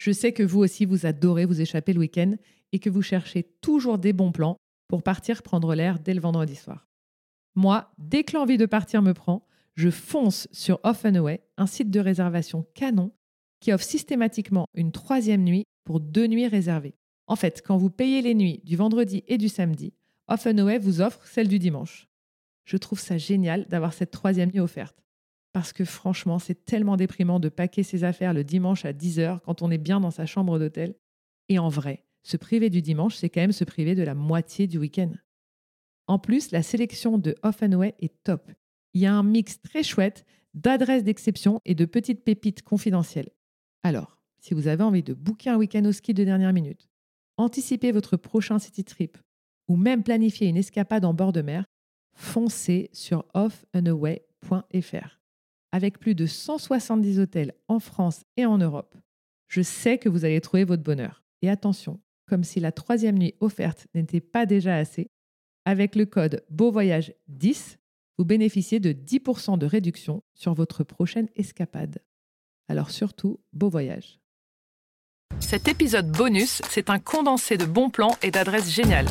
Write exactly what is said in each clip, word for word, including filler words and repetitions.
Je sais que vous aussi, vous adorez vous échapper le week-end et que vous cherchez toujours des bons plans pour partir prendre l'air dès le vendredi soir. Moi, dès que l'envie de partir me prend, je fonce sur Off and Away, un site de réservation canon qui offre systématiquement une troisième nuit pour deux nuits réservées. En fait, quand vous payez les nuits du vendredi et du samedi, Off and Away vous offre celle du dimanche. Je trouve ça génial d'avoir cette troisième nuit offerte. Parce que franchement, c'est tellement déprimant de paquer ses affaires le dimanche à dix heures quand on est bien dans sa chambre d'hôtel. Et en vrai, se priver du dimanche, c'est quand même se priver de la moitié du week-end. En plus, la sélection de Off and Away est top. Il y a un mix très chouette d'adresses d'exception et de petites pépites confidentielles. Alors, si vous avez envie de booker un week-end au ski de dernière minute, anticiper votre prochain city trip ou même planifier une escapade en bord de mer, foncez sur off and away point f r. Avec plus de cent soixante-dix hôtels en France et en Europe, je sais que vous allez trouver votre bonheur. Et attention, comme si la troisième nuit offerte n'était pas déjà assez, avec le code BEAUVOYAGE dix, vous bénéficiez de dix pour cent de réduction sur votre prochaine escapade. Alors surtout, beau voyage. Cet épisode bonus, c'est un condensé de bons plans et d'adresses géniales.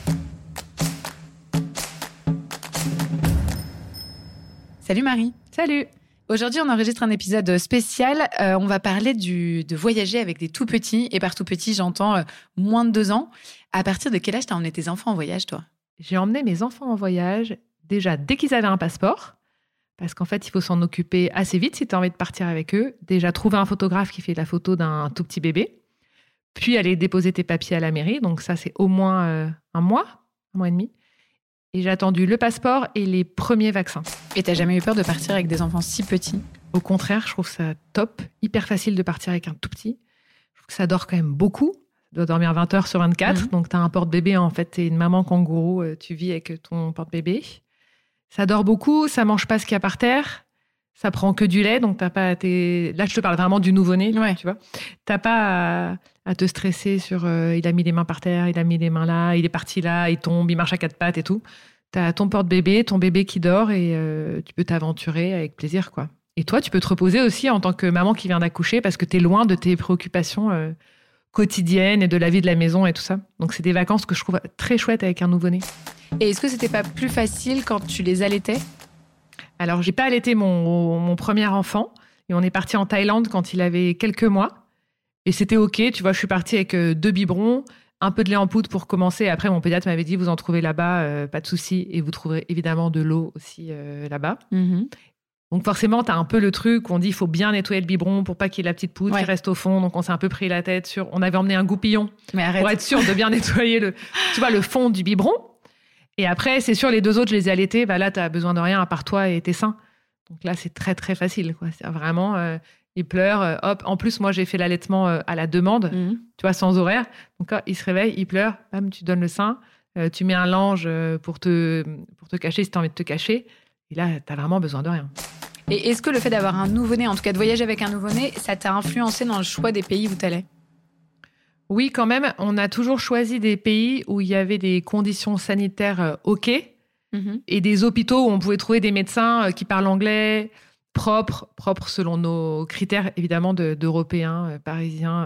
Salut Marie. Salut. Aujourd'hui, on enregistre un épisode spécial. Euh, on va parler du, de voyager avec des tout petits. Et par tout petit, j'entends euh, moins de deux ans. À partir de quel âge t'as emmené tes enfants en voyage, toi ? J'ai emmené mes enfants en voyage déjà dès qu'ils avaient un passeport. Parce qu'en fait, il faut s'en occuper assez vite si tu as envie de partir avec eux. Déjà, trouver un photographe qui fait la photo d'un tout petit bébé. Puis, aller déposer tes papiers à la mairie. Donc ça, c'est au moins euh, un mois, un mois et demi. Et j'ai attendu le passeport et les premiers vaccins. Et t'as jamais eu peur de partir avec des enfants si petits ? Au contraire, je trouve ça top. Hyper facile de partir avec un tout petit. Je trouve que ça dort quand même beaucoup. Tu dois dormir vingt heures sur vingt-quatre. Mmh. Donc, tu as un porte-bébé. En fait, tu es une maman kangourou. Tu vis avec ton porte-bébé. Ça dort beaucoup, ça mange pas ce qu'il y a par terre, ça prend que du lait, donc t'as pas à tes... Là, je te parle vraiment du nouveau-né, ouais. Tu vois. T'as pas à, à te stresser sur euh, il a mis les mains par terre, il a mis les mains là, il est parti là, il tombe, il marche à quatre pattes et tout. T'as ton porte-bébé, ton bébé qui dort et euh, tu peux t'aventurer avec plaisir, quoi. Et toi, tu peux te reposer aussi en tant que maman qui vient d'accoucher parce que t'es loin de tes préoccupations euh, quotidiennes et de la vie de la maison et tout ça. Donc, c'est des vacances que je trouve très chouettes avec un nouveau-né. Et est-ce que c'était pas plus facile quand tu les allaitais ? Alors, j'ai pas allaité mon, mon premier enfant. Et on est parti en Thaïlande quand il avait quelques mois. Et c'était OK. Tu vois, je suis partie avec deux biberons, un peu de lait en poudre pour commencer. Après, mon pédiatre m'avait dit, vous en trouvez là-bas, euh, pas de souci. Et vous trouverez évidemment de l'eau aussi euh, là-bas. Mm-hmm. Donc, forcément, tu as un peu le truc où on dit, il faut bien nettoyer le biberon pour pas qu'il y ait la petite poudre ouais. qui reste au fond. Donc, on s'est un peu pris la tête sur... On avait emmené un goupillon Mais arrête. Pour être sûr de bien nettoyer le, tu vois, le fond du biberon. Et après, c'est sûr, les deux autres, je les ai allaités. Bah là, tu n'as besoin de rien à part toi et tes seins. Donc là, c'est très, très facile, quoi. C'est vraiment, euh, ils pleurent, euh, hop. En plus, moi, j'ai fait l'allaitement euh, à la demande, mmh. tu vois, sans horaire. Donc, quand ils se réveillent, ils pleurent, bam, tu donnes le sein. Euh, tu mets un linge euh, pour, te, pour te cacher si tu as envie de te cacher. Et là, tu n'as vraiment besoin de rien. Et est-ce que le fait d'avoir un nouveau-né, en tout cas de voyager avec un nouveau-né, ça t'a influencé dans le choix des pays où tu allais ? Oui, quand même, on a toujours choisi des pays où il y avait des conditions sanitaires OK mmh. et des hôpitaux où on pouvait trouver des médecins qui parlent anglais, propres, propres selon nos critères, évidemment, de, d'Européens, euh, Parisiens,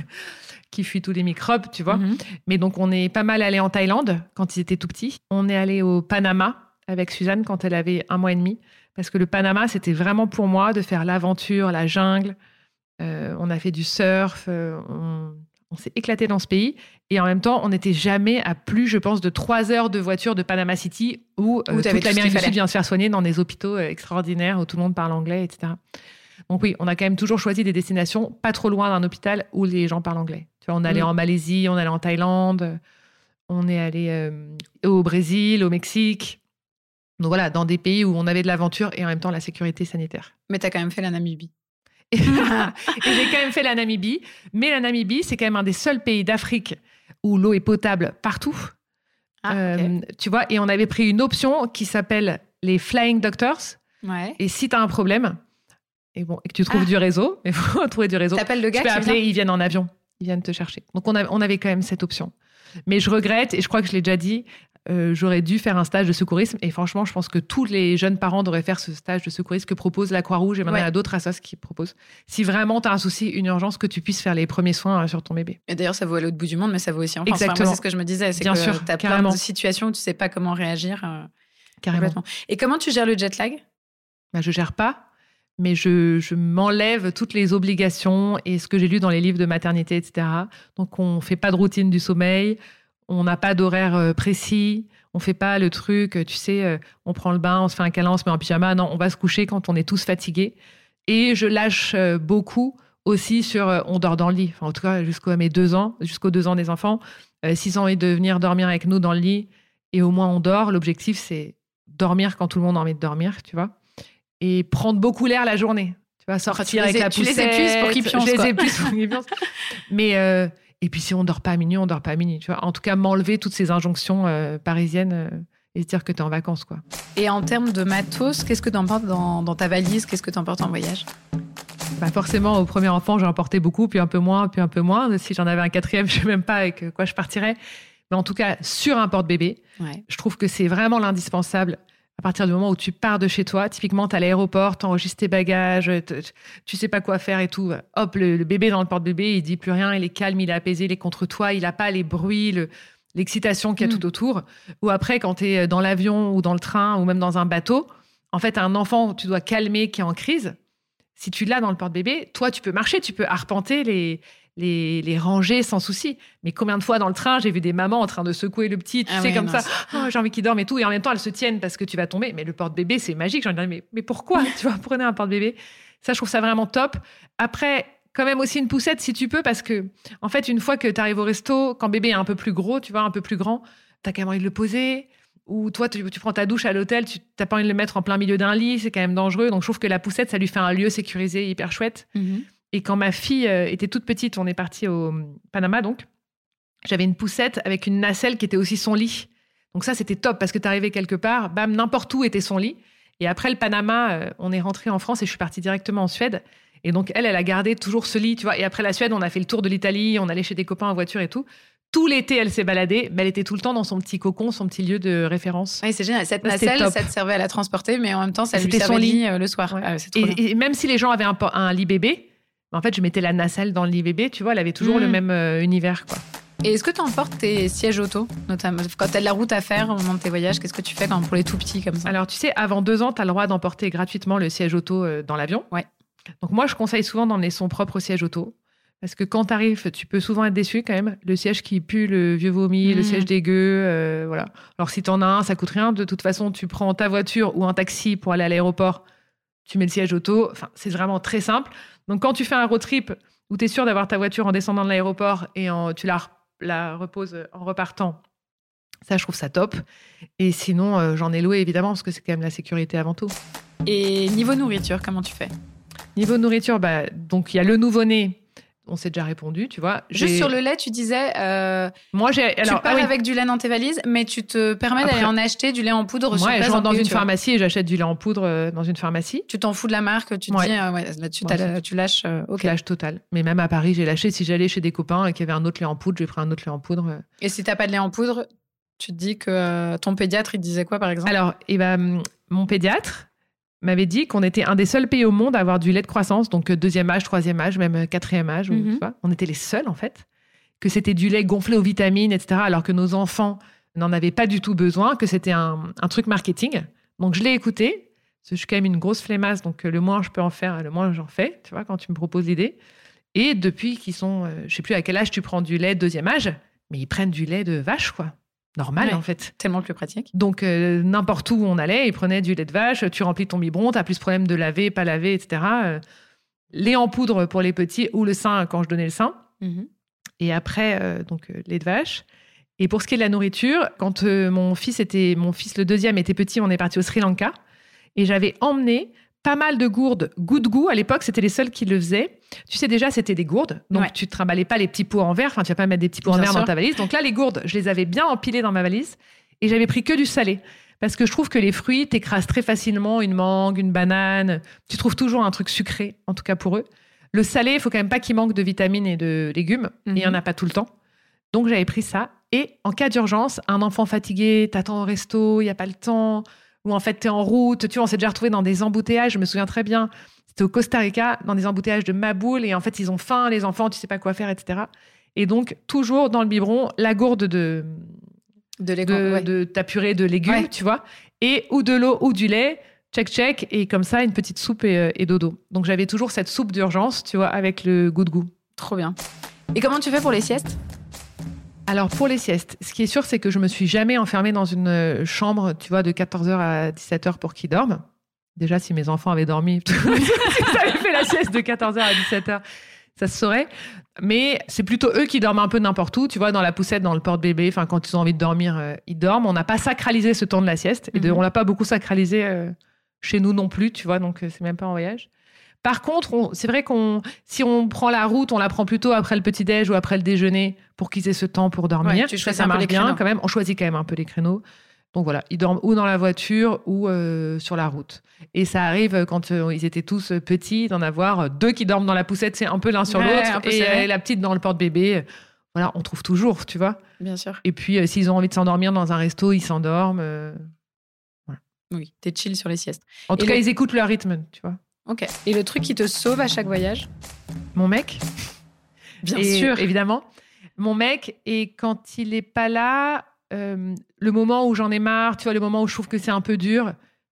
qui fuient tous les microbes, tu vois. Mmh. Mais donc, on est pas mal allé en Thaïlande quand ils étaient tout petits. On est allé au Panama avec Suzanne quand elle avait un mois et demi, parce que le Panama, c'était vraiment pour moi de faire l'aventure, la jungle. Euh, on a fait du surf, euh, on... On s'est éclaté dans ce pays et en même temps, on n'était jamais à plus, je pense, de trois heures de voiture de Panama City où, euh, où toute l'Amérique du Sud vient se faire soigner dans des hôpitaux euh, extraordinaires où tout le monde parle anglais, et cetera. Donc oui, on a quand même toujours choisi des destinations pas trop loin d'un hôpital où les gens parlent anglais. Tu vois, on allait mmh. en Malaisie, on allait en Thaïlande, on est allé euh, au Brésil, au Mexique. Donc voilà, dans des pays où on avait de l'aventure et en même temps la sécurité sanitaire. Mais t'as quand même fait la Namibie. Et, et j'ai quand même fait la Namibie. Mais la Namibie, c'est quand même un des seuls pays d'Afrique où l'eau est potable partout. Ah, euh, okay. Tu vois, et on avait pris une option qui s'appelle les Flying Doctors. Ouais. Et si tu as un problème, et, bon, et que tu trouves ah. du réseau, il faut trouver du réseau. T'appelles le gars, tu peux appeler, ils viennent en avion. Ils viennent te chercher. Donc, on, a, on avait quand même cette option. Mais je regrette, et je crois que je l'ai déjà dit, euh, j'aurais dû faire un stage de secourisme. Et franchement, je pense que tous les jeunes parents devraient faire ce stage de secourisme que propose la Croix-Rouge. Et maintenant, ouais. il y a d'autres assos qui proposent. Si vraiment tu as un souci, une urgence, que tu puisses faire les premiers soins sur ton bébé. Et d'ailleurs, ça vaut à l'autre bout du monde, mais ça vaut aussi en France. Exactement. Enfin, moi, c'est ce que je me disais. C'est Bien que sûr, tu as plein de situations où tu ne sais pas comment réagir. Euh, carrément. Et comment tu gères le jet lag ? Bah, je ne gère pas. Mais je, je m'enlève toutes les obligations et ce que j'ai lu dans les livres de maternité, et cetera. Donc, on ne fait pas de routine du sommeil, on n'a pas d'horaire précis, on ne fait pas le truc, tu sais, on prend le bain, on se fait un câlin, on se met en pyjama. Non, on va se coucher quand on est tous fatigués. Et je lâche beaucoup aussi sur on dort dans le lit. Enfin, en tout cas, jusqu'à mes deux ans, jusqu'aux deux ans des enfants. Euh, S'ils ont envie de venir dormir avec nous dans le lit et au moins on dort, l'objectif, c'est dormir quand tout le monde a envie de dormir, tu vois. Et prendre beaucoup l'air la journée. Tu vas sortir enfin, avec la poussette. Tu les épuises pour qu'ils pioncent. Je les épuise pour qu'ils pioncent. Mais, euh, et puis si on ne dort pas à minuit, on ne dort pas à minuit. Tu vois. En tout cas, m'enlever toutes ces injonctions euh, parisiennes euh, et se dire que tu es en vacances, quoi. Et en termes de matos, qu'est-ce que tu emportes dans, dans ta valise ? Qu'est-ce que tu emportes en voyage ? Bah forcément, au premier enfant, j'en emportais beaucoup, puis un peu moins, puis un peu moins. Si j'en avais un quatrième, je ne sais même pas avec quoi je partirais. Mais en tout cas, sur un porte-bébé, ouais. je trouve que c'est vraiment l'indispensable. À partir du moment où tu pars de chez toi, typiquement, tu as l'aéroport, tu enregistres tes bagages, tu sais pas quoi faire et tout. Hop, le, le bébé dans le porte-bébé, il dit plus rien, il est calme, il est apaisé, il est contre toi, il n'a pas les bruits, le, l'excitation qu'il y a mmh. tout autour. Ou après, quand tu es dans l'avion ou dans le train ou même dans un bateau, en fait, un enfant, tu dois calmer, qui est en crise. Si tu l'as dans le porte-bébé, toi, tu peux marcher, tu peux arpenter les... Les, les ranger sans souci. Mais combien de fois dans le train, j'ai vu des mamans en train de secouer le petit, tu ah sais, ouais, comme non, ça, oh, j'ai envie qu'il dorme et tout, et en même temps, elles se tiennent parce que tu vas tomber. Mais le porte-bébé, c'est magique. J'en dis, mais, mais pourquoi tu vois, prenez un porte-bébé. Ça, je trouve ça vraiment top. Après, quand même aussi une poussette, si tu peux, parce que, en fait, une fois que tu arrives au resto, quand bébé est un peu plus gros, tu vois, un peu plus grand, tu as quand même envie de le poser. Ou toi, tu, tu prends ta douche à l'hôtel, tu n'as pas envie de le mettre en plein milieu d'un lit, c'est quand même dangereux. Donc, je trouve que la poussette, ça lui fait un lieu sécurisé hyper chouette. Mm-hmm. Et quand ma fille euh, était toute petite, on est parti au Panama, donc, j'avais une poussette avec une nacelle qui était aussi son lit. Donc ça, c'était top, parce que tu arrivais quelque part, bam, n'importe où était son lit. Et après le Panama, euh, on est rentré en France et je suis partie directement en Suède. Et donc, elle, elle a gardé toujours ce lit, tu vois. Et après la Suède, on a fait le tour de l'Italie, on allait chez des copains en voiture et tout. Tout l'été, elle s'est baladée, mais elle était tout le temps dans son petit cocon, son petit lieu de référence. Oui, c'est génial. Cette ça, nacelle, ça te servait à la transporter, mais en même temps, ça c'était lui servait son lit euh, le soir. Ouais. Ah, c'est trop et, bien. Et même si les gens avaient un, un lit bébé, en fait, je mettais la nacelle dans le lit bébé, tu vois, elle avait toujours mmh. le même euh, univers, quoi. Et est-ce que tu emportes tes sièges auto, notamment quand tu as de la route à faire au moment de tes voyages? Qu'est-ce que tu fais quand, pour les tout petits comme ça? Alors, tu sais, avant deux ans, tu as le droit d'emporter gratuitement le siège auto euh, dans l'avion. Ouais. Donc, moi, je conseille souvent d'emmener son propre siège auto. Parce que quand tu arrives, tu peux souvent être déçu quand même. Le siège qui pue, le vieux vomi, mmh. le siège dégueu, euh, voilà. Alors, si tu en as un, ça coûte rien. De toute façon, tu prends ta voiture ou un taxi pour aller à l'aéroport, tu mets le siège auto. Enfin, c'est vraiment très simple. Donc, quand tu fais un road trip où tu es sûr d'avoir ta voiture en descendant de l'aéroport et en, tu la, la reposes en repartant, ça, je trouve ça top. Et sinon, euh, j'en ai loué, évidemment, parce que c'est quand même la sécurité avant tout. Et niveau nourriture, comment tu fais? Niveau nourriture, bah, donc il y a le nouveau-né. On s'est déjà répondu, tu vois. Juste j'ai... sur le lait, tu disais... Euh, Moi, j'ai... Tu alors, pars ah oui. avec du lait dans tes valises, mais tu te permets Après... d'aller en acheter du lait en poudre Moi, sur place. je rentre dans plus, une pharmacie et j'achète du lait en poudre euh, dans une pharmacie. Tu t'en fous de la marque, tu te ouais. dis... Euh, ouais, là-dessus, ouais, tu lâches... Euh, okay. Je lâche total. Mais même à Paris, j'ai lâché. Si j'allais chez des copains et qu'il y avait un autre lait en poudre, j'ai pris un autre lait en poudre. Euh... Et si t'as pas de lait en poudre, tu te dis que euh, ton pédiatre, il te disait quoi, par exemple? Alors, eh ben, mon pédiatre m'avait dit qu'on était un des seuls pays au monde à avoir du lait de croissance, donc deuxième âge, troisième âge, même quatrième âge. Mm-hmm. Tu vois, on était les seuls, en fait. Que c'était du lait gonflé aux vitamines, et cetera, alors que nos enfants n'en avaient pas du tout besoin, que c'était un, un truc marketing. Donc, je l'ai écouté. Parce que je suis quand même une grosse flemmasse, donc le moins je peux en faire, le moins j'en fais, tu vois, quand tu me proposes l'idée. Et depuis qu'ils sont... Euh, je ne sais plus à quel âge tu prends du lait deuxième âge, mais ils prennent du lait de vache, quoi. Normal, ouais, en fait. Tellement plus pratique. Donc, euh, n'importe où on allait, ils prenaient du lait de vache, tu remplis ton biberon, tu n'as plus ce problème de laver, pas laver, et cetera. Euh, lait en poudre pour les petits ou le sein quand je donnais le sein. Mm-hmm. Et après, euh, donc, euh, lait de vache. Et pour ce qui est de la nourriture, quand euh, mon fils était, mon fils le deuxième était petit, on est parti au Sri Lanka. Et j'avais emmené pas mal de gourdes Good Goût. À l'époque, c'était les seuls qui le faisaient. Tu sais, déjà, c'était des gourdes. Donc, ouais. tu ne trimballais pas les petits pots en verre. Enfin, tu ne vas pas mettre des petits pots bien en verre sûr. Dans ta valise. Donc là, les gourdes, je les avais bien empilées dans ma valise. Et j'avais pris que du salé. Parce que je trouve que les fruits, t'écrasent très facilement. Une mangue, une banane. Tu trouves toujours un truc sucré, en tout cas pour eux. Le salé, il ne faut quand même pas qu'il manque de vitamines et de légumes. Mm-hmm. Et il n'y en a pas tout le temps. Donc, j'avais pris ça. Et en cas d'urgence, un enfant fatigué, t'attends au resto, il n'y a pas le temps, ou en fait, t'es en route. Tu vois, on s'est déjà retrouvés dans des embouteillages. Je me souviens très bien. C'était au Costa Rica, dans des embouteillages de Maboule. Et en fait, ils ont faim, les enfants, tu sais pas quoi faire, et cetera. Et donc, toujours dans le biberon, la gourde de, de, de, ouais. de ta purée de légumes, ouais. tu vois. Et ou de l'eau ou du lait. Check, check. Et comme ça, une petite soupe et, et dodo. Donc, j'avais toujours cette soupe d'urgence, tu vois, avec le goût de goût. Trop bien. Et comment tu fais pour les siestes ? Alors, pour les siestes, ce qui est sûr, c'est que je me suis jamais enfermée dans une chambre, tu vois, de quatorze heures à dix-sept heures pour qu'ils dorment. Déjà, si mes enfants avaient dormi, si ça avait fait la sieste de quatorze heures à dix-sept heures, ça se saurait. Mais c'est plutôt eux qui dorment un peu n'importe où, tu vois, dans la poussette, dans le porte-bébé. Enfin, quand ils ont envie de dormir, euh, ils dorment. On n'a pas sacralisé ce temps de la sieste. Et de, mm-hmm. on l'a pas beaucoup sacralisé euh, chez nous non plus, tu vois, donc euh, c'est même pas en voyage. Par contre, on, c'est vrai qu'on, si on prend la route, on la prend plutôt après le petit-déj ou après le déjeuner pour qu'ils aient ce temps pour dormir. Ouais, tu choisis ça un marche peu les bien créneaux. Quand même. On choisit quand même un peu les créneaux. Donc voilà, ils dorment ou dans la voiture ou euh, sur la route. Et ça arrive quand euh, ils étaient tous petits d'en avoir deux qui dorment dans la poussette, c'est un peu l'un sur ouais, l'autre, et euh, la petite dans le porte-bébé. Voilà, on trouve toujours, tu vois. Bien sûr. Et puis euh, s'ils ont envie de s'endormir dans un resto, ils s'endorment. Euh... Voilà. Oui, t'es chill sur les siestes. En tout et cas, le... ils écoutent leur rythme, tu vois. Ok. Et le truc qui te sauve à chaque voyage ? Mon mec. Bien et, sûr. Évidemment. Mon mec, et quand il n'est pas là, euh, le moment où j'en ai marre, tu vois, le moment où je trouve que c'est un peu dur,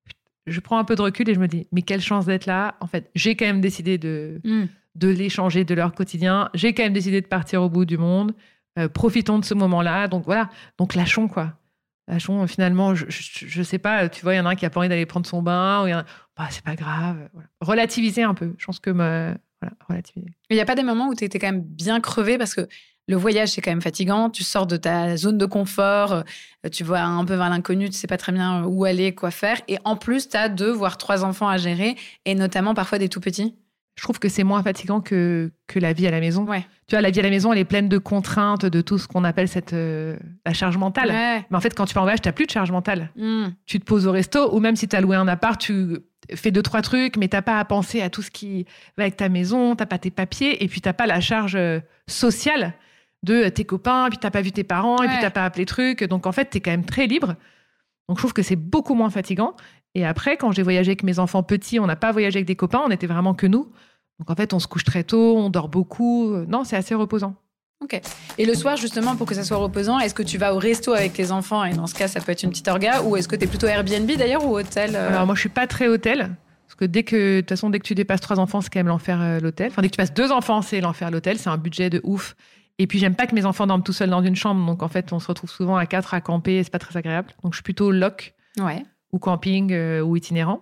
je prends un peu de recul et je me dis, mais quelle chance d'être là. En fait, j'ai quand même décidé de, mm. de les changer de leur quotidien. J'ai quand même décidé de partir au bout du monde. Euh, profitons de ce moment-là. Donc voilà, donc lâchons, quoi. Lâchons, finalement, je, je, je sais pas, tu vois, il y en a un qui a pas envie d'aller prendre son bain, ou il y en a, bah, c'est pas grave. Voilà. Relativiser un peu. Je pense que, me, voilà, relativiser. Il n'y a pas des moments où tu étais quand même bien crevé parce que le voyage, c'est quand même fatigant. Tu sors de ta zone de confort, tu vois un peu vers l'inconnu, tu sais pas très bien où aller, quoi faire. Et en plus, tu as deux, voire trois enfants à gérer, et notamment parfois des tout petits. Je trouve que c'est moins fatigant que, que la vie à la maison. Ouais. Tu vois, la vie à la maison, elle est pleine de contraintes, de tout ce qu'on appelle cette, euh, la charge mentale. Ouais. Mais en fait, quand tu pars en voyage, tu n'as plus de charge mentale. Mm. Tu te poses au resto, ou même si tu as loué un appart, tu fais deux, trois trucs, mais tu n'as pas à penser à tout ce qui va avec ta maison, tu n'as pas tes papiers, et puis tu n'as pas la charge sociale de tes copains, puis tu n'as pas vu tes parents, ouais. et puis tu n'as pas appelé trucs. Donc en fait, tu es quand même très libre. Donc je trouve que c'est beaucoup moins fatigant. Et après, quand j'ai voyagé avec mes enfants petits, on n'a pas voyagé avec des copains, on n'était vraiment que nous. Donc en fait, on se couche très tôt, on dort beaucoup. Non, c'est assez reposant. Ok. Et le soir, justement, pour que ça soit reposant, est-ce que tu vas au resto avec les enfants ? Et dans ce cas, ça peut être une petite orga. Ou est-ce que tu es plutôt Airbnb d'ailleurs ou hôtel euh... Alors moi, je suis pas très hôtel. Parce que dès que, de toute façon, dès que tu dépasses trois enfants, c'est quand même l'enfer euh, l'hôtel. Enfin, dès que tu passes deux enfants, c'est l'enfer l'hôtel. C'est un budget de ouf. Et puis, j'aime pas que mes enfants dorment tout seuls dans une chambre. Donc en fait, on se retrouve souvent à quatre à camper. Et c'est pas très agréable. Donc je suis plutôt loc. Ouais. Ou camping euh, ou itinérant.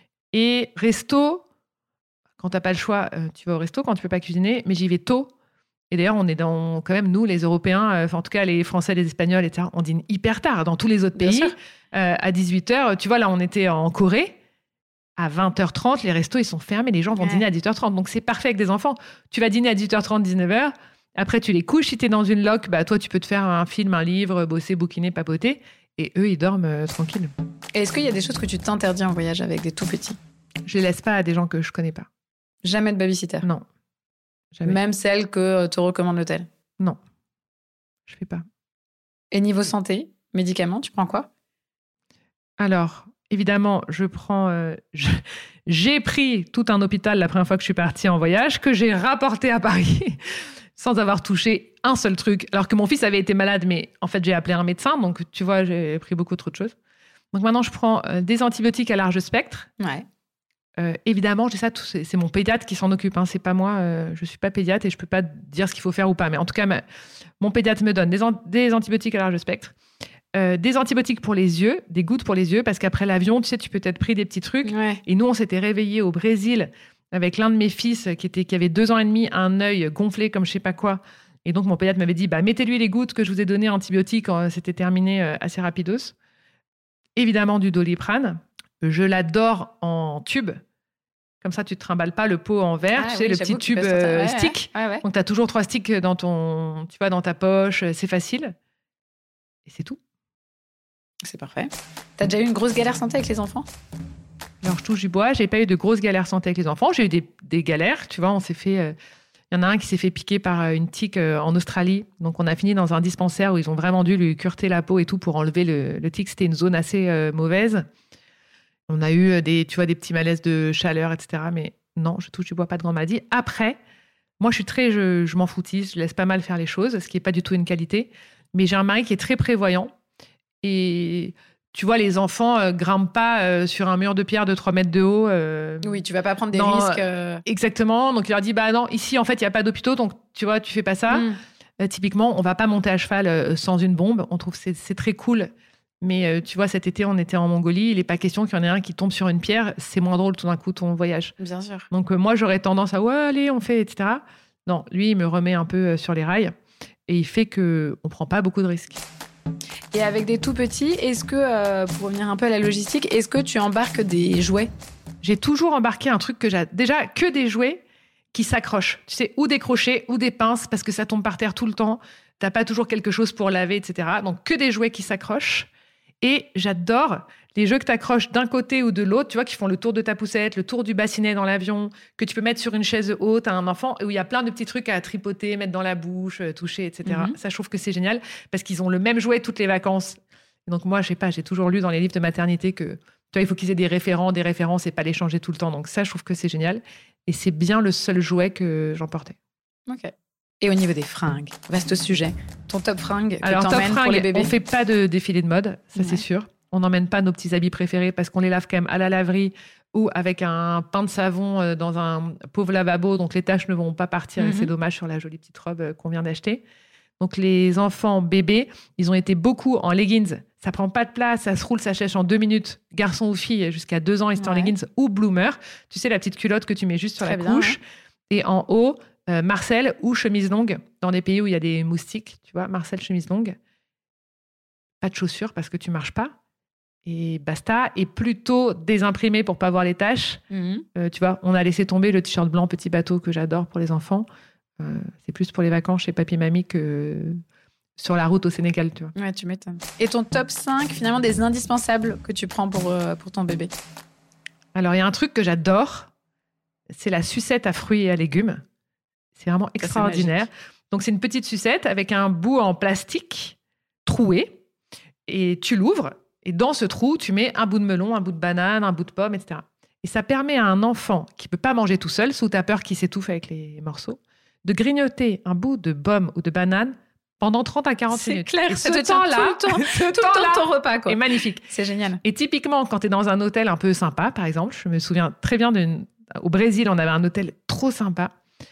Et resto... Quand tu n'as pas le choix, euh, tu vas au resto quand tu ne peux pas cuisiner, mais j'y vais tôt. Et d'ailleurs, on est dans, quand même, nous, les Européens, euh, en tout cas les Français, les Espagnols, et cetera, on dîne hyper tard. Dans tous les autres pays, euh, à dix-huit heures, tu vois, là, on était en Corée, à vingt heures trente, les restos, ils sont fermés, les gens vont ouais. dîner à dix-huit heures trente. Donc, c'est parfait avec des enfants. Tu vas dîner à dix-huit heures trente, dix-neuf heures, après, tu les couches. Si tu es dans une loc, bah, toi, tu peux te faire un film, un livre, bosser, bouquiner, papoter. Et eux, ils dorment euh, tranquilles. Et est-ce qu'il y a des choses que tu t'interdis en voyage avec des tout petits ? Je les laisse pas à des gens que je connais pas. Jamais de babysitter ? Non. Jamais. Même celle que te recommande l'hôtel ? Non. Je fais pas. Et niveau santé, médicaments, tu prends quoi ? Alors, évidemment, je prends... Euh, je, j'ai pris tout un hôpital la première fois que je suis partie en voyage, que j'ai rapporté à Paris sans avoir touché un seul truc. Alors que mon fils avait été malade, mais en fait, j'ai appelé un médecin. Donc, tu vois, j'ai pris beaucoup trop de choses. Donc maintenant, je prends euh, des antibiotiques à large spectre. Ouais. Euh, évidemment, j'ai ça, tout, c'est, c'est mon pédiatre qui s'en occupe. Hein, c'est pas moi, euh, je suis pas pédiatre et je peux pas dire ce qu'il faut faire ou pas. Mais en tout cas, ma, mon pédiatre me donne des, an- des antibiotiques à large spectre, euh, des antibiotiques pour les yeux, des gouttes pour les yeux, parce qu'après l'avion, tu sais, tu peux t'être pris des petits trucs. Ouais. Et nous, on s'était réveillés au Brésil avec l'un de mes fils qui était qui avait deux ans et demi, un œil gonflé comme je sais pas quoi. Et donc mon pédiatre m'avait dit, bah mettez-lui les gouttes que je vous ai données antibiotiques. Quand c'était terminé euh, assez rapidos. Évidemment du Doliprane. Je l'adore en tube. Comme ça, tu ne te trimbales pas le pot en verre, ah, tu sais, oui, le petit tube euh, ouais, stick. Ouais, ouais. Donc, tu as toujours trois sticks dans, ton, tu vois, dans ta poche, c'est facile. Et c'est tout. C'est parfait. Tu as déjà eu une grosse galère santé avec les enfants ? Alors, je touche du bois, je n'ai pas eu de grosses galères santé avec les enfants. J'ai eu des, des galères, tu vois, on s'est fait... Euh, Il y en a un qui s'est fait piquer par une tique en Australie. Donc, on a fini dans un dispensaire où ils ont vraiment dû lui cureter la peau et tout pour enlever le, le tic. C'était une zone assez euh, mauvaise. On a eu des, tu vois, des petits malaises de chaleur, et cetera. Mais non, je touche du bois, pas de grand maladie. Après, moi, je suis très, je, je m'en foutise. Je laisse pas mal faire les choses, ce qui n'est pas du tout une qualité. Mais j'ai un mari qui est très prévoyant. Et tu vois, les enfants euh, grimpent pas euh, sur un mur de pierre de trois mètres de haut. Euh, oui, tu vas pas prendre des dans, risques. Euh... Exactement. Donc, il leur dit, bah non, ici, en fait, il n'y a pas d'hôpitaux. Donc, tu vois, tu fais pas ça. Mm. Euh, typiquement, on va pas monter à cheval euh, sans une bombe. On trouve que c'est, c'est très cool. Mais euh, tu vois, cet été, on était en Mongolie. Il n'est pas question qu'il y en ait un qui tombe sur une pierre. C'est moins drôle tout d'un coup, ton voyage. Bien sûr. Donc, euh, moi, j'aurais tendance à, ouais, allez, on fait, et cetera. Non, lui, il me remet un peu euh, sur les rails. Et il fait qu'on ne prend pas beaucoup de risques. Et avec des tout petits, est-ce que, euh, pour revenir un peu à la logistique, est-ce que tu embarques des jouets ? J'ai toujours embarqué un truc que j'ai... Déjà, que des jouets qui s'accrochent. Tu sais, ou des crochets, ou des pinces, parce que ça tombe par terre tout le temps. T'as pas toujours quelque chose pour laver, et cetera. Donc, que des jouets qui s'accrochent. Et j'adore les jeux que tu accroches d'un côté ou de l'autre, tu vois, qui font le tour de ta poussette, le tour du bassinet dans l'avion, que tu peux mettre sur une chaise haute à un enfant, où il y a plein de petits trucs à tripoter, mettre dans la bouche, toucher, et cetera. Mm-hmm. Ça, je trouve que c'est génial, parce qu'ils ont le même jouet toutes les vacances. Et donc moi, je sais pas, j'ai toujours lu dans les livres de maternité que, tu vois, il faut qu'ils aient des référents, des références et pas les changer tout le temps. Donc ça, je trouve que c'est génial. Et c'est bien le seul jouet que j'emportais. Ok. Et au niveau des fringues, vaste sujet. Ton top fringue que Alors, t'emmènes top fringue, pour les bébés. On fait pas de défilé de mode, ça ouais. c'est sûr. On n'emmène pas nos petits habits préférés parce qu'on les lave quand même à la laverie ou avec un pain de savon dans un pauvre lavabo. Donc, les taches ne vont pas partir mm-hmm. et c'est dommage sur la jolie petite robe qu'on vient d'acheter. Donc, les enfants bébés, ils ont été beaucoup en leggings. Ça prend pas de place, ça se roule, ça sèche en deux minutes. Garçon ou fille, jusqu'à deux ans, ils étaient ouais. en leggings ou bloomer. Tu sais, la petite culotte que tu mets juste sur Très la bien, couche. Hein. Et en haut, Euh, Marcel ou chemise longue dans des pays où il y a des moustiques, tu vois, Marcel chemise longue, pas de chaussures parce que tu marches pas et basta, et plutôt désimprimé pour pas voir les taches. Mm-hmm. Euh, tu vois, on a laissé tomber le t-shirt blanc petit bateau que j'adore pour les enfants. Euh, c'est plus pour les vacances chez papy et mamie que sur la route au Sénégal, tu vois. Ouais, tu m'étonnes. Et ton top cinq finalement des indispensables que tu prends pour euh, pour ton bébé? Alors il y a un truc que j'adore, c'est la sucette à fruits et à légumes. C'est vraiment extraordinaire. Donc, c'est une petite sucette avec un bout en plastique troué. Et tu l'ouvres. Et dans ce trou, tu mets un bout de melon, un bout de banane, un bout de pomme, et cetera. Et ça permet à un enfant qui ne peut pas manger tout seul, sous ta peur qu'il s'étouffe avec les morceaux, de grignoter un bout de pomme ou de banane pendant trente à quarante c'est minutes. C'est clair, et ça te tient tout le temps, tout le temps ton repas, quoi. C'est magnifique. C'est génial. Et typiquement, quand tu es dans un hôtel un peu sympa, par exemple, je me souviens très bien d'une... au Brésil, on avait un hôtel trop sympa.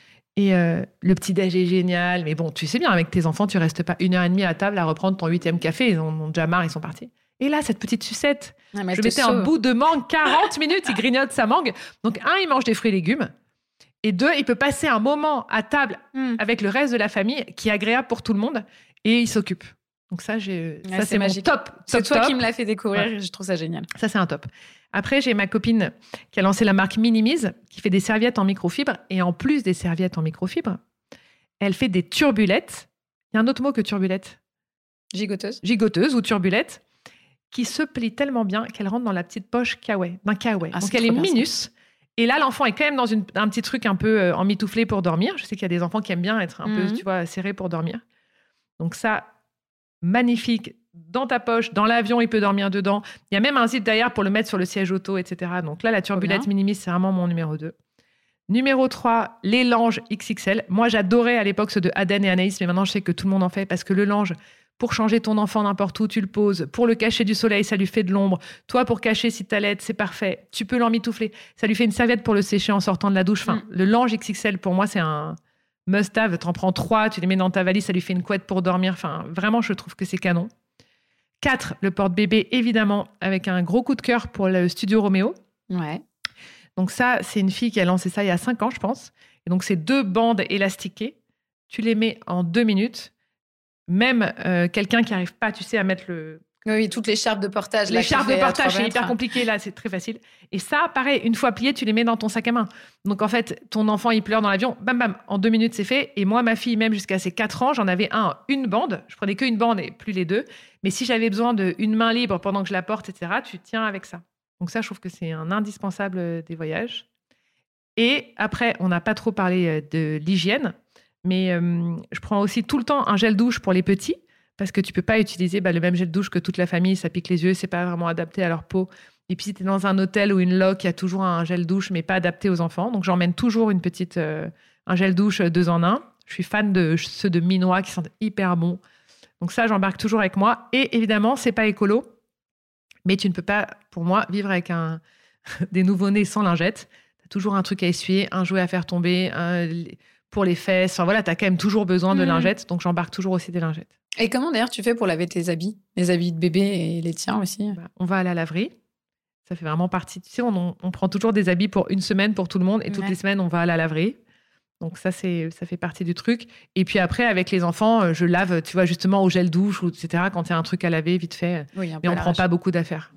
Et euh, le petit-déj est génial. Mais bon, tu sais bien, avec tes enfants, tu restes pas une heure et demie à table à reprendre ton huitième café. Ils en ont déjà marre, ils sont partis. Et là, cette petite sucette, ah, je mettais un bout de mangue, quarante minutes, il grignote sa mangue. Donc, un, il mange des fruits et légumes. Et deux, il peut passer un moment à table mm. avec le reste de la famille qui est agréable pour tout le monde. Et il s'occupe. Donc ça, j'ai... Ouais, ça c'est, c'est mon magique. top, top. C'est toi top. qui me l'as fait découvrir. Ouais. Je trouve ça génial. Ça, c'est un top. Après, j'ai ma copine qui a lancé la marque Minimise, qui fait des serviettes en microfibre. Et en plus des serviettes en microfibre, elle fait des turbulettes. Il y a un autre mot que turbulette. Gigoteuse. Gigoteuse ou turbulette, qui se plie tellement bien qu'elle rentre dans la petite poche kawaii, d'un kawaii. Ah, Donc, elle est minus. Et là, l'enfant est quand même dans une, un petit truc un peu euh, emmitouflé pour dormir. Je sais qu'il y a des enfants qui aiment bien être un mm-hmm. peu, tu vois, serrés pour dormir. Donc ça, magnifique. Dans ta poche, dans l'avion, il peut dormir dedans. Il y a même un zip derrière pour le mettre sur le siège auto, et cetera. Donc là, la turbulette Minimise, c'est vraiment mon numéro deux. Numéro trois, les langes X X L. Moi, j'adorais à l'époque ceux de Aden et Anaïs, mais maintenant, je sais que tout le monde en fait parce que le lange, pour changer ton enfant n'importe où, tu le poses. Pour le cacher du soleil, ça lui fait de l'ombre. Toi, pour cacher si t'allaites, c'est parfait. Tu peux l'emmitoufler. Ça lui fait une serviette pour le sécher en sortant de la douche. Enfin, mm. le lange X X L, pour moi, c'est un must-have. T'en prends trois, tu les mets dans ta valise, ça lui fait une couette pour dormir. Enfin, vraiment, je trouve que c'est canon. quatre, le porte-bébé, évidemment, avec un gros coup de cœur pour le Studio Roméo. Ouais. Donc ça, c'est une fille qui a lancé ça il y a cinq ans, je pense. Et donc, c'est deux bandes élastiquées. Tu les mets en deux minutes. Même euh, quelqu'un qui n'arrive pas, tu sais, à mettre le... Oui, toutes les charpes de portage. Les charpes de portage, c'est hyper compliqué. Là, c'est très facile. Et ça, pareil, une fois plié, tu les mets dans ton sac à main. Donc, en fait, ton enfant, il pleure dans l'avion. Bam, bam, en deux minutes, c'est fait. Et moi, ma fille, même jusqu'à ses quatre ans, j'en avais un, une bande. Je prenais qu'une bande et plus les deux. Mais si j'avais besoin d'une main libre pendant que je la porte, et cetera, tu tiens avec ça. Donc ça, je trouve que c'est un indispensable des voyages. Et après, on n'a pas trop parlé de l'hygiène, mais euh, je prends aussi tout le temps un gel douche pour les petits, parce que tu peux pas utiliser bah, le même gel douche que toute la famille, ça pique les yeux, c'est pas vraiment adapté à leur peau. Et puis si tu es dans un hôtel ou une loc, il y a toujours un gel douche, mais pas adapté aux enfants. Donc j'emmène toujours une petite, euh, un gel douche deux en un. Je suis fan de ceux de Minois qui sentent hyper bons. Donc ça, j'embarque toujours avec moi. Et évidemment, c'est pas écolo, mais tu ne peux pas, pour moi, vivre avec un, des nouveau-nés sans lingette. Tu as toujours un truc à essuyer, un jouet à faire tomber, un, pour les fesses. Enfin voilà, tu as quand même toujours besoin de mmh. lingettes. Donc j'embarque toujours aussi des lingettes. Et comment d'ailleurs tu fais pour laver tes habits? Les habits de bébé et les tiens aussi? Bah, on va à la laverie. Ça fait vraiment partie. Tu sais, on, on prend toujours des habits pour une semaine pour tout le monde. Et toutes ouais. les semaines, on va à la laverie. Donc ça, c'est, ça fait partie du truc. Et puis après, avec les enfants, je lave, tu vois, justement au gel douche, ou et cetera, quand il y a un truc à laver, vite fait. Oui, mais on ne prend pas beaucoup d'affaires.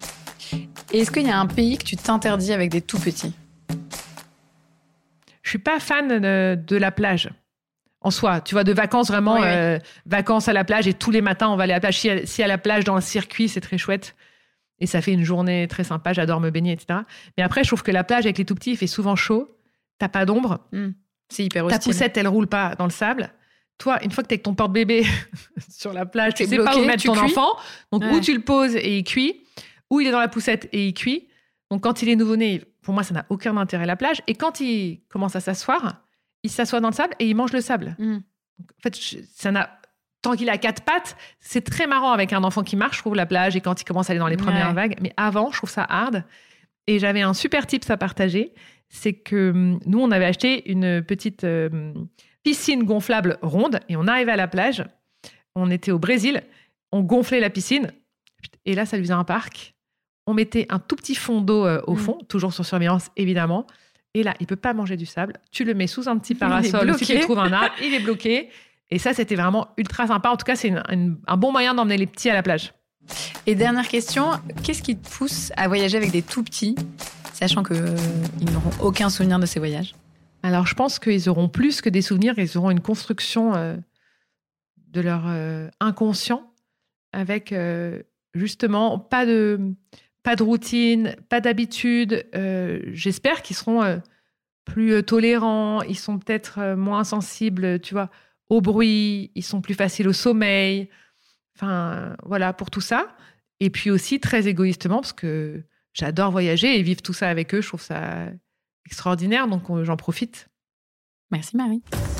Et est-ce qu'il y a un pays que tu t'interdis avec des tout-petits? Je ne suis pas fan de, de la plage, en soi. Tu vois, de vacances, vraiment, oui, euh, oui. vacances à la plage. Et tous les matins, on va aller à la plage. Si à, si à la plage, dans le circuit, c'est très chouette. Et ça fait une journée très sympa. J'adore me baigner, et cetera. Mais après, je trouve que la plage, avec les tout-petits, il fait souvent chaud. Tu n'as pas d'ombre. Mm. C'est hyper hostile. Ta poussette, elle roule pas dans le sable. Toi, une fois que t'es avec ton porte-bébé sur la plage, tu t'es sais bloqué, pas où mettre ton cuis. enfant. Donc, ouais. ou tu le poses et il cuit, ou il est dans la poussette et il cuit. Donc, quand il est nouveau-né, pour moi, ça n'a aucun intérêt la plage. Et quand il commence à s'asseoir, il s'assoit dans le sable et il mange le sable. Mm. Donc, en fait, ça n'a... Tant qu'il a quatre pattes, c'est très marrant avec un enfant qui marche, je trouve, la plage, et quand il commence à aller dans les premières ouais. vagues. Mais avant, je trouve ça hard. Et j'avais un super tips à partager. C'est que nous, on avait acheté une petite euh, piscine gonflable ronde et on arrivait à la plage. On était au Brésil, on gonflait la piscine et là, ça lui faisait un parc. On mettait un tout petit fond d'eau euh, au fond, mmh. toujours sur surveillance, évidemment. Et là, il ne peut pas manger du sable. Tu le mets sous un petit parasol. Si tu trouves un arbre, il est bloqué. Et ça, c'était vraiment ultra sympa. En tout cas, c'est une, une, un bon moyen d'emmener les petits à la plage. Et dernière question, qu'est-ce qui te pousse à voyager avec des tout petits, sachant qu'ils euh, n'auront aucun souvenir de ces voyages? Alors, je pense qu'ils auront plus que des souvenirs. Ils auront une construction euh, de leur euh, inconscient avec, euh, justement, pas de, pas de routine, pas d'habitude. Euh, j'espère qu'ils seront euh, plus euh, tolérants. Ils sont peut-être euh, moins sensibles, tu vois, au bruit. Ils sont plus faciles au sommeil. Enfin, voilà, pour tout ça. Et puis aussi, très égoïstement, parce que j'adore voyager et vivre tout ça avec eux. Je trouve ça extraordinaire, donc j'en profite. Merci Marie.